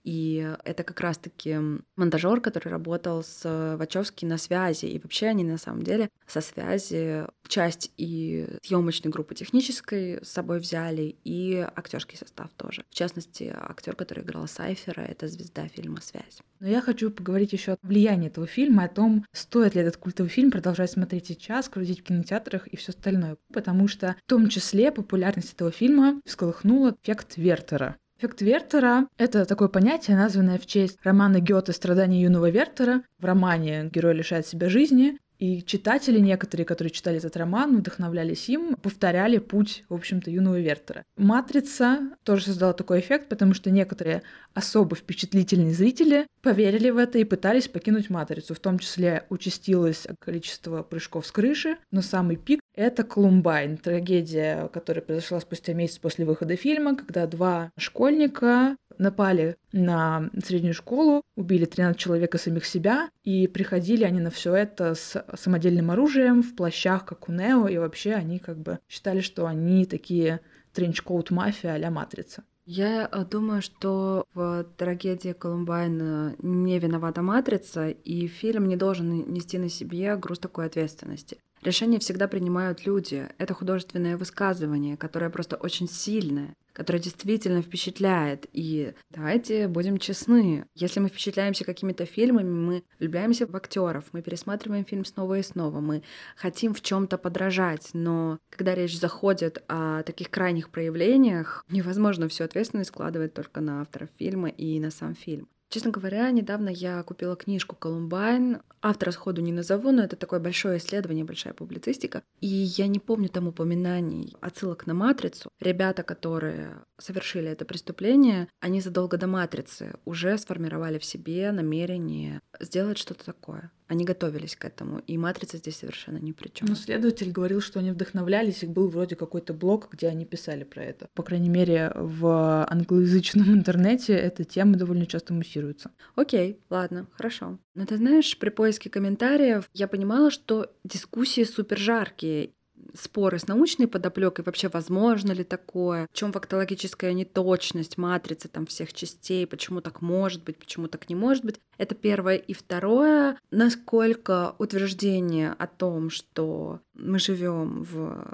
И это как раз-таки монтажер, который работал с Вачовски на связи. И вообще они на самом деле со связи часть и съемочной группы технической с собой взяли, и актерский состав тоже. В частности, актер, который играл Сайфера, это звезда фильма «Связь». Но я хочу поговорить еще о влиянии этого фильма, о том, стоит ли этот культовый фильм продолжать смотреть сейчас, крутить в кинотеатрах и все остальное. Потому что в том числе популярность этого фильма всколыхнула эффект Вертера. Эффект Вертера — это такое понятие, названное в честь романа Гёте «Страдания юного Вертера». В романе герой лишает себя жизни, и читатели некоторые, которые читали этот роман, вдохновлялись им, повторяли путь, в общем-то, юного Вертера. «Матрица» тоже создала такой эффект, потому что некоторые особо впечатлительные зрители поверили в это и пытались покинуть «Матрицу». В том числе участилось количество прыжков с крыши, но самый пик — это «Колумбайн», трагедия, которая произошла спустя месяц после выхода фильма, когда два школьника напали на среднюю школу, убили тринадцать человек и самих себя, и приходили они на все это с самодельным оружием, в плащах, как у Нео, и вообще они как бы считали, что они такие тренчкоут-мафия а-ля «Матрица». Я думаю, что в трагедии Колумбайна не виновата «Матрица», и фильм не должен нести на себе груз такой ответственности. Решения всегда принимают люди. Это художественное высказывание, которое просто очень сильное, которое действительно впечатляет. И давайте будем честны. Если мы впечатляемся какими-то фильмами, мы влюбляемся в актеров, мы пересматриваем фильм снова и снова, мы хотим в чем-то подражать. Но когда речь заходит о таких крайних проявлениях, невозможно всю ответственность складывать только на авторов фильма и на сам фильм. Честно говоря, недавно я купила книжку «Колумбайн». Автора сходу не назову, но это такое большое исследование, большая публицистика. И я не помню там упоминаний, отсылок на «Матрицу». Ребята, которые совершили это преступление, они задолго до «Матрицы» уже сформировали в себе намерение сделать что-то такое. Они готовились к этому, и «Матрица» здесь совершенно ни при чем. Ну, следователь говорил, что они вдохновлялись, и был вроде какой-то блог, где они писали про это. По крайней мере, в англоязычном интернете эта тема довольно часто муссируется. Окей, ладно, хорошо. Но ты знаешь, при поиске комментариев я понимала, что дискуссии супер жаркие. Споры с научной подоплекой, вообще возможно ли такое, в чем фактологическая неточность матрицы там всех частей, почему так может быть, почему так не может быть. Это первое. И второе, насколько утверждение о том, что мы живем в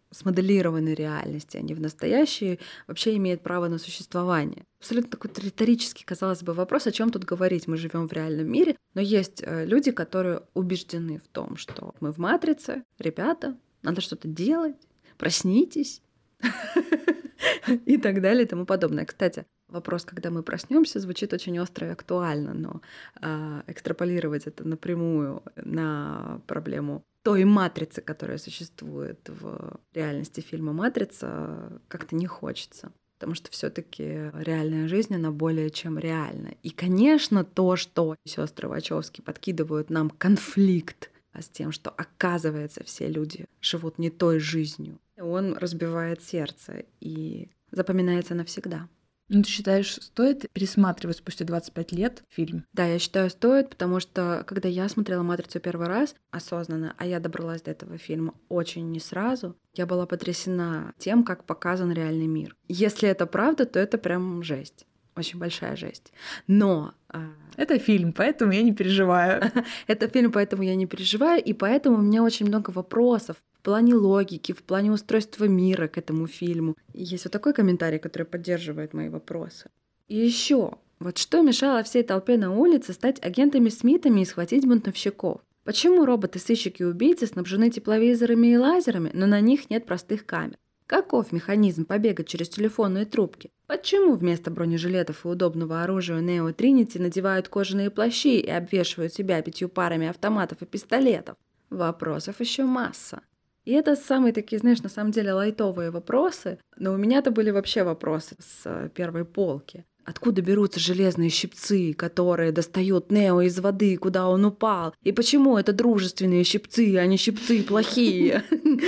смоделированной реальности, а не в настоящей, вообще имеет право на существование. Абсолютно такой риторический, казалось бы, вопрос, о чем тут говорить. Мы живем в реальном мире, но есть люди, которые убеждены в том, что мы в матрице, ребята, надо что-то делать, проснитесь и так далее и тому подобное. Кстати, вопрос, когда мы проснемся, звучит очень остро и актуально, но э, экстраполировать это напрямую на проблему той матрицы, которая существует в реальности фильма «Матрица», как-то не хочется. Потому что все-таки реальная жизнь, она более чем реальна. И, конечно, то, что сестры Вачовски подкидывают нам конфликт с тем, что, оказывается, все люди живут не той жизнью, он разбивает сердце и запоминается навсегда. Ну, ты считаешь, стоит пересматривать спустя двадцать пять лет фильм? Да, я считаю, стоит, потому что когда я смотрела «Матрицу» первый раз осознанно, а я добралась до этого фильма очень не сразу, я была потрясена тем, как показан реальный мир. Если это правда, то это прям жесть. Очень большая жесть. Но... Это фильм, поэтому я не переживаю. Это фильм, поэтому я не переживаю, и поэтому у меня очень много вопросов в плане логики, в плане устройства мира к этому фильму. И есть вот такой комментарий, который поддерживает мои вопросы. И еще, вот что мешало всей толпе на улице стать агентами Смитами и схватить бунтовщиков? Почему роботы-сыщики и убийцы снабжены тепловизорами и лазерами, но на них нет простых камер? Каков механизм побега через телефонные трубки? Почему вместо бронежилетов и удобного оружия Нео Тринити надевают кожаные плащи и обвешивают себя пятью парами автоматов и пистолетов? Вопросов еще масса. И это самые такие, знаешь, на самом деле лайтовые вопросы, но у меня-то были вообще вопросы с первой полки. Откуда берутся железные щипцы, которые достают Нео из воды, куда он упал? И почему это дружественные щипцы, а не щипцы плохие?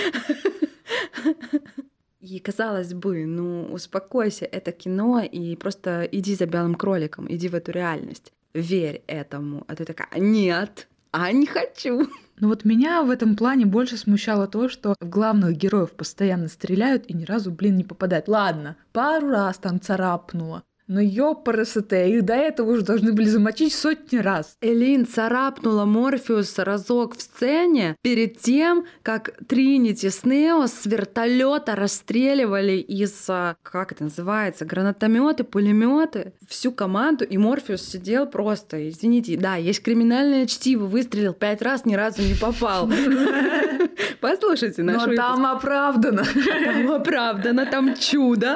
И казалось бы, ну успокойся, это кино, и просто иди за белым кроликом, иди в эту реальность, верь этому. А ты такая: нет, а не хочу. Ну вот меня в этом плане больше смущало то, что в главных героев постоянно стреляют и ни разу, блин, не попадают. Ладно, пару раз там царапнуло. Но ёпарасоте, их до этого уже должны были замочить сотни раз. Элин царапнула Морфеуса разок в сцене перед тем, как Тринити с Нео с вертолета расстреливали из, как это называется, гранатометы, пулеметы, всю команду, и Морфеус сидел просто, извините, да, есть криминальное чтиво, выстрелил пять раз, ни разу не попал. Послушайте наш выпуск. Но там оправдано. Там оправдано, там чудо.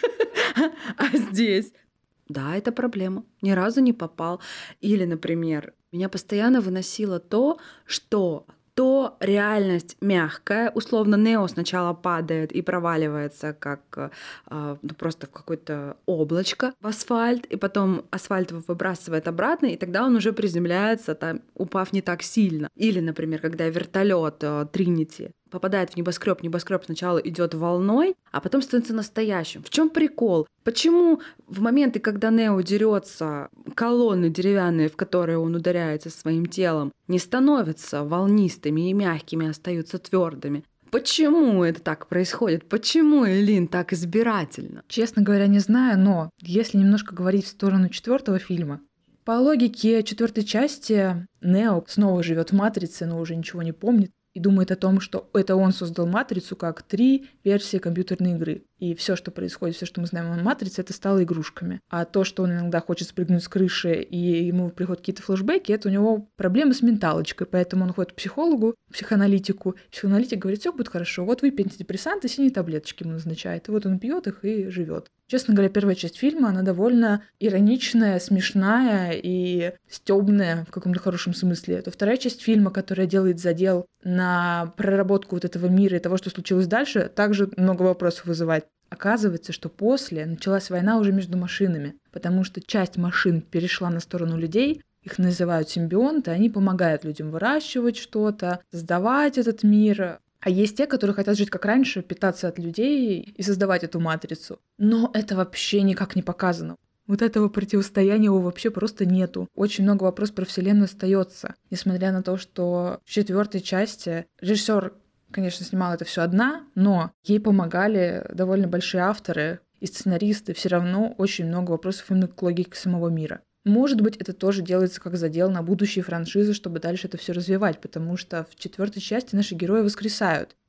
А здесь... Да, это проблема. Ни разу не попал. Или, например, меня постоянно выносило то, что то реальность мягкая. Условно, Нео сначала падает и проваливается как э, ну, просто в какое-то облачко в асфальт, и потом асфальт его выбрасывает обратно, и тогда он уже приземляется, там, упав не так сильно. Или, например, когда вертолет э, Тринити попадает в небоскреб, небоскреб сначала идет волной, а потом становится настоящим. В чем прикол? Почему в моменты, когда Нео дерется, колонны деревянные, в которые он ударяется своим телом, не становятся волнистыми и мягкими, а остаются твердыми? Почему это так происходит? Почему Элин так избирательна? Честно говоря, не знаю, но если немножко говорить в сторону четвертого фильма, по логике четвертой части Нео снова живет в матрице, но уже ничего не помнит, и думает о том, что это он создал «Матрицу» как три версии компьютерной игры. И все, что происходит, все, что мы знаем о «Матрице», это стало игрушками. А то, что он иногда хочет спрыгнуть с крыши, и ему приходят какие-то флешбеки, это у него проблемы с менталочкой. Поэтому он ходит к психологу, психоаналитику. Психоаналитик говорит: все будет хорошо, вот выпей антидепрессанты, синие таблеточки ему назначает. И вот он пьет их и живет. Честно говоря, первая часть фильма, она довольно ироничная, смешная и стёбная в каком-то хорошем смысле. Это вторая часть фильма, которая делает задел на проработку вот этого мира и того, что случилось дальше, также много вопросов вызывает. Оказывается, что после началась война уже между машинами, потому что часть машин перешла на сторону людей, их называют симбионты, они помогают людям выращивать что-то, создавать этот мир. А есть те, которые хотят жить как раньше, питаться от людей и создавать эту матрицу. Но это вообще никак не показано. Вот этого противостояния его вообще просто нету. Очень много вопросов про Вселенную остается, несмотря на то, что в четвертой части режиссер, конечно, снимал это все одна, но ей помогали довольно большие авторы и сценаристы. Все равно очень много вопросов именно к логике самого мира. Может быть, это тоже делается как задел на будущие франшизы, чтобы дальше это все развивать, потому что в четвертой части наши герои воскресают.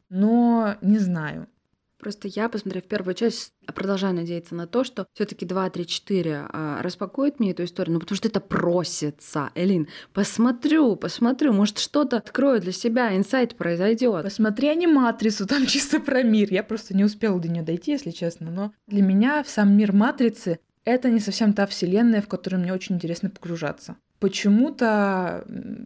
но не знаю. Просто я, посмотрев первую часть, продолжаю надеяться на то, что все таки два, три, четыре а, распакуют мне эту историю, ну потому что это просится. Элин, посмотрю, посмотрю, может что-то открою для себя, инсайт произойдет. Посмотри аниматрицу, там чисто про мир. Я просто не успела до нее дойти, если честно, но для меня сам мир Матрицы — это не совсем та вселенная, в которую мне очень интересно погружаться. Почему-то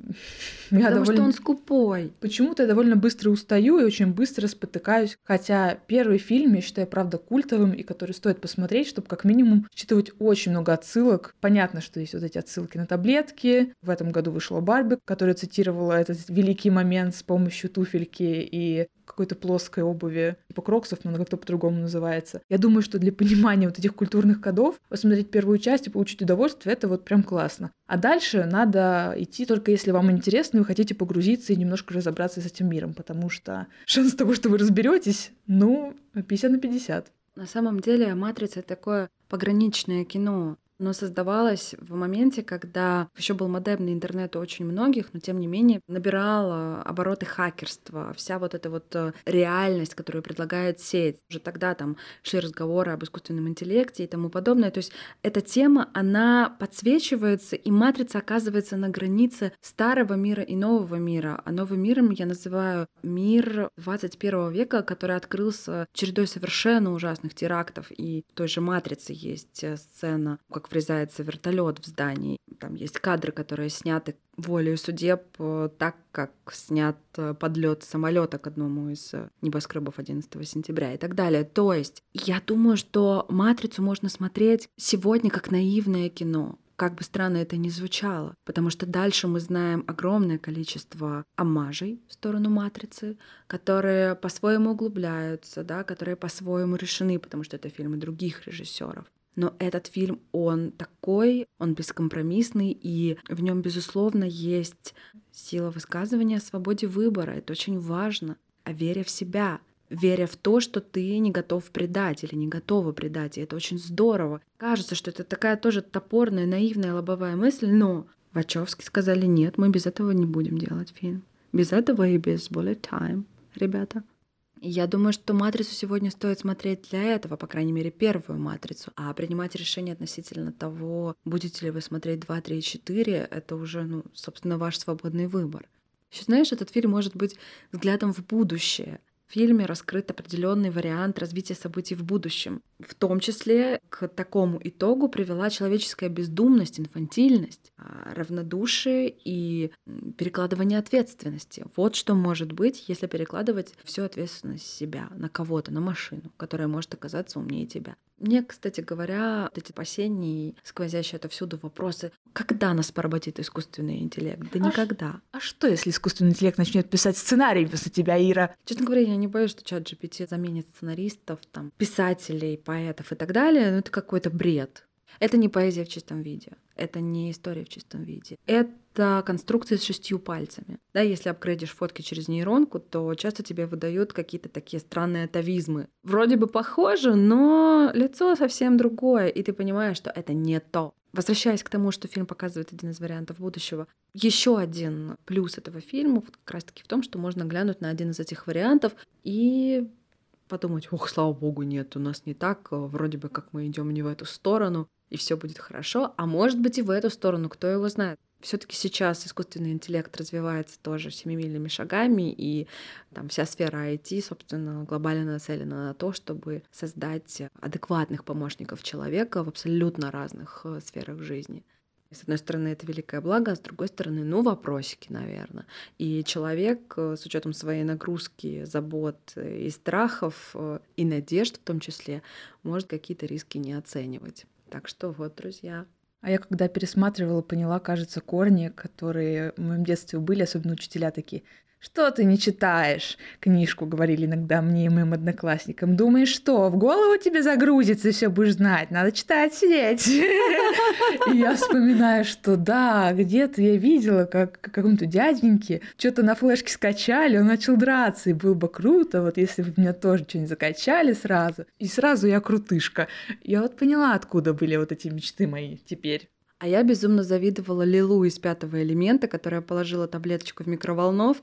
я Потому довольно... что он скупой. Почему-то я довольно быстро устаю и очень быстро спотыкаюсь. Хотя первый фильм я считаю, правда, культовым, и который стоит посмотреть, чтобы как минимум считывать очень много отсылок. Понятно, что есть вот эти отсылки на таблетки. В этом году вышла Барби, которая цитировала этот великий момент с помощью туфельки и какой-то плоской обуви, типа кроксов, но она как-то по-другому называется. Я думаю, что для понимания вот этих культурных кодов посмотреть первую часть и получить удовольствие — это вот прям классно. А дальше надо идти только если вам интересно, и вы хотите погрузиться и немножко разобраться с этим миром, потому что шанс того, что вы разберетесь, ну, пятьдесят на пятьдесят. На самом деле «Матрица» — это такое пограничное кино. Оно создавалось в моменте, когда еще был модемный интернет у очень многих, но тем не менее набирало обороты хакерства, вся вот эта вот реальность, которую предлагает сеть. Уже тогда там шли разговоры об искусственном интеллекте и тому подобное. То есть эта тема, она подсвечивается, и «Матрица» оказывается на границе старого мира и нового мира. А новым миром я называю мир двадцать первого века, который открылся чередой совершенно ужасных терактов. И в той же «Матрице» есть сцена, как врезается вертолет в здании. Там есть кадры, которые сняты волею судеб так, как снят подлет самолета к одному из небоскребов одиннадцатого сентября и так далее. То есть я думаю, что «Матрицу» можно смотреть сегодня как наивное кино. Как бы странно это ни звучало, потому что дальше мы знаем огромное количество оммажей в сторону «Матрицы», которые по-своему углубляются, да, которые по-своему решены, потому что это фильмы других режиссеров. Но этот фильм, он такой, он бескомпромиссный, и в нем, безусловно, есть сила высказывания о свободе выбора. Это очень важно. О вере в себя, веря в то, что ты не готов предать или не готова предать. И это очень здорово. Кажется, что это такая тоже топорная, наивная, лобовая мысль, но Вачовски сказали: нет, мы без этого не будем делать фильм. Без этого и без bullet time, ребята. И я думаю, что «Матрицу» сегодня стоит смотреть для этого, по крайней мере, первую «Матрицу», а принимать решение относительно того, будете ли вы смотреть два, три, четыре, это уже, ну, собственно, ваш свободный выбор. Еще знаешь, этот фильм может быть взглядом в будущее. В фильме раскрыт определенный вариант развития событий в будущем. В том числе к такому итогу привела человеческая бездумность, инфантильность, равнодушие и перекладывание ответственности. Вот что может быть, если перекладывать всю ответственность с себя на кого-то, на машину, которая может оказаться умнее тебя. Мне, кстати говоря, вот эти опасения, сквозящие отовсюду вопросы: когда нас поработит искусственный интеллект? Да а никогда. Ш... А что, если искусственный интеллект начнет писать сценарий вместо тебя, Ира? Честно говоря, я не боюсь, что чат джи пи ти заменит сценаристов, там, писателей, поэтов и так далее. Но это какой-то бред. Это не поэзия в чистом виде. Это не история в чистом виде. Это конструкция с шестью пальцами. Да, если апгрейдишь фотки через нейронку, то часто тебе выдают какие-то такие странные атовизмы. Вроде бы похоже, но лицо совсем другое, и ты понимаешь, что это не то. Возвращаясь к тому, что фильм показывает один из вариантов будущего, еще один плюс этого фильма вот как раз-таки в том, что можно глянуть на один из этих вариантов и подумать: ох, слава богу, нет, у нас не так, вроде бы как мы идем не в эту сторону, и все будет хорошо, а может быть и в эту сторону, кто его знает. Все-таки сейчас искусственный интеллект развивается тоже семимильными шагами, и там вся сфера ай ти, собственно, глобально нацелена на то, чтобы создать адекватных помощников человека в абсолютно разных сферах жизни. С одной стороны, это великое благо, а с другой стороны, ну, вопросики, наверное. И человек с учетом своей нагрузки, забот и страхов, и надежд в том числе, может какие-то риски не оценивать. Так что вот, друзья. А я когда пересматривала, поняла, кажется, корни, которые в моем детстве были, особенно учителя такие: «Что ты не читаешь?» Книжку говорили иногда мне и моим одноклассникам. «Думаешь, что, в голову тебе загрузится и все будешь знать? Надо читать, сидеть». И я вспоминаю, что да, где-то я видела, как какому-то дяденьке что-то на флешке скачали, он начал драться, и было бы круто, вот если бы меня тоже что-нибудь закачали сразу, и сразу я крутышка. Я вот поняла, откуда были вот эти мечты мои теперь. А я безумно завидовала Лилу из «Пятого элемента», которая положила таблеточку в микроволновку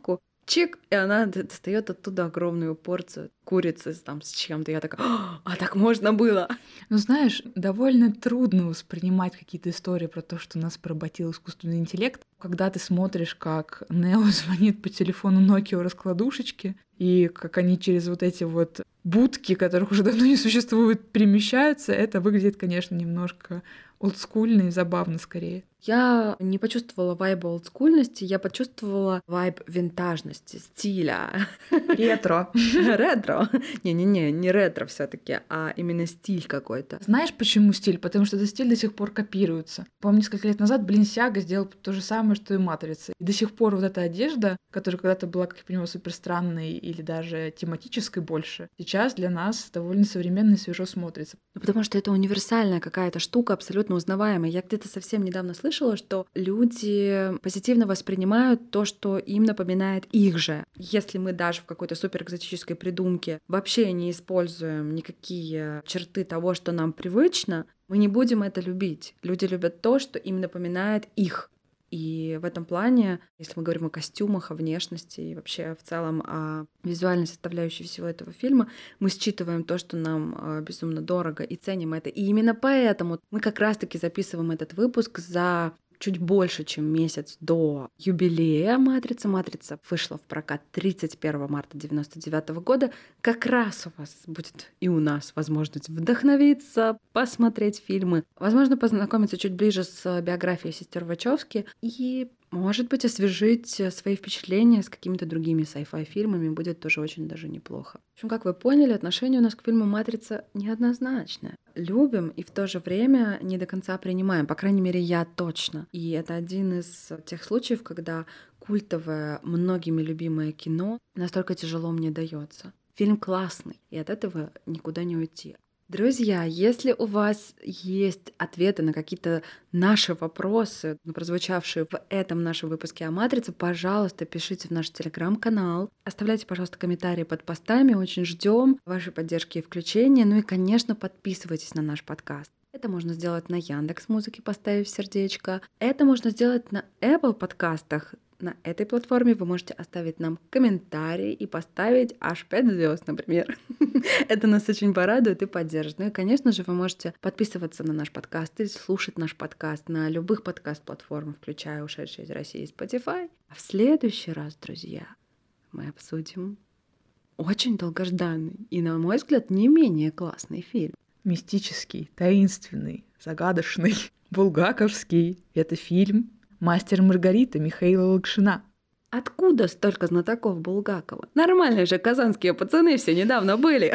чик, и она достает оттуда огромную порцию курицы там с чем-то. Я такая, а так можно было? Ну, знаешь, довольно трудно воспринимать какие-то истории про то, что нас поработил искусственный интеллект, когда ты смотришь, как Нео звонит по телефону Nokia раскладушечки, и как они через вот эти вот будки, которых уже давно не существует, перемещаются. Это выглядит, конечно, немножко олдскульно и забавно скорее. Я не почувствовала вайба олдскульности, я почувствовала вайб винтажности, стиля. Ретро. Ретро. Не-не-не, не ретро все таки а именно стиль какой-то. Знаешь, почему стиль? Потому что этот стиль до сих пор копируется. Помню, несколько лет назад Balenciaga сделал то же самое, что и Матрица. И до сих пор вот эта одежда, которая когда-то была, как я понимаю, супер странной или даже тематической больше, сейчас для нас довольно современно и свежо смотрится. Ну, потому что это универсальная какая-то штука, абсолютно узнаваемая. Я где-то совсем недавно слышала, что люди позитивно воспринимают то, что им напоминает их же. Если мы даже в какой-то суперэкзотической придумке вообще не используем никакие черты того, что нам привычно, мы не будем это любить. Люди любят то, что им напоминает их. И в этом плане, если мы говорим о костюмах, о внешности и вообще в целом о визуальной составляющей всего этого фильма, мы считываем то, что нам безумно дорого, и ценим это. И именно поэтому мы как раз-таки записываем этот выпуск за чуть больше, чем месяц до юбилея «Матрицы». «Матрица» вышла в прокат тридцать первого марта девяносто девятого года. Как раз у вас будет и у нас возможность вдохновиться, посмотреть фильмы, возможно, познакомиться чуть ближе с биографией сестер Вачовски и, может быть, освежить свои впечатления с какими-то другими sci-fi фильмами будет тоже очень даже неплохо. В общем, как вы поняли, отношение у нас к фильму «Матрица» неоднозначное. Любим и в то же время не до конца принимаем, по крайней мере, я точно. И это один из тех случаев, когда культовое, многими любимое кино настолько тяжело мне дается. Фильм классный, и от этого никуда не уйти. Друзья, если у вас есть ответы на какие-то наши вопросы, прозвучавшие в этом нашем выпуске о «Матрице», пожалуйста, пишите в наш телеграм-канал. Оставляйте, пожалуйста, комментарии под постами. Очень ждем вашей поддержки и включения. Ну и, конечно, подписывайтесь на наш подкаст. Это можно сделать на Яндекс.Музыке, поставив сердечко. Это можно сделать на Apple подкастах. На этой платформе вы можете оставить нам комментарий и поставить аж пять звезд, например. Это нас очень порадует и поддержит. Ну и, конечно же, вы можете подписываться на наш подкаст и слушать наш подкаст на любых подкаст-платформах, включая ушедшие из России Spotify. А в следующий раз, друзья, мы обсудим очень долгожданный и, на мой взгляд, не менее классный фильм. Мистический, таинственный, загадочный, булгаковский. Это фильм «Мастер и Маргарита» Михаила Лакшина. Откуда столько знатоков Булгакова? Нормальные же казанские пацаны все недавно были.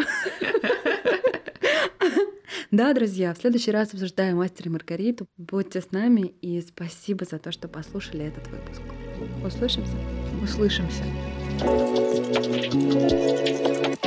Да, друзья, в следующий раз обсуждаем «Мастера и Маргариту». Будьте с нами и спасибо за то, что послушали этот выпуск. Услышимся. Услышимся.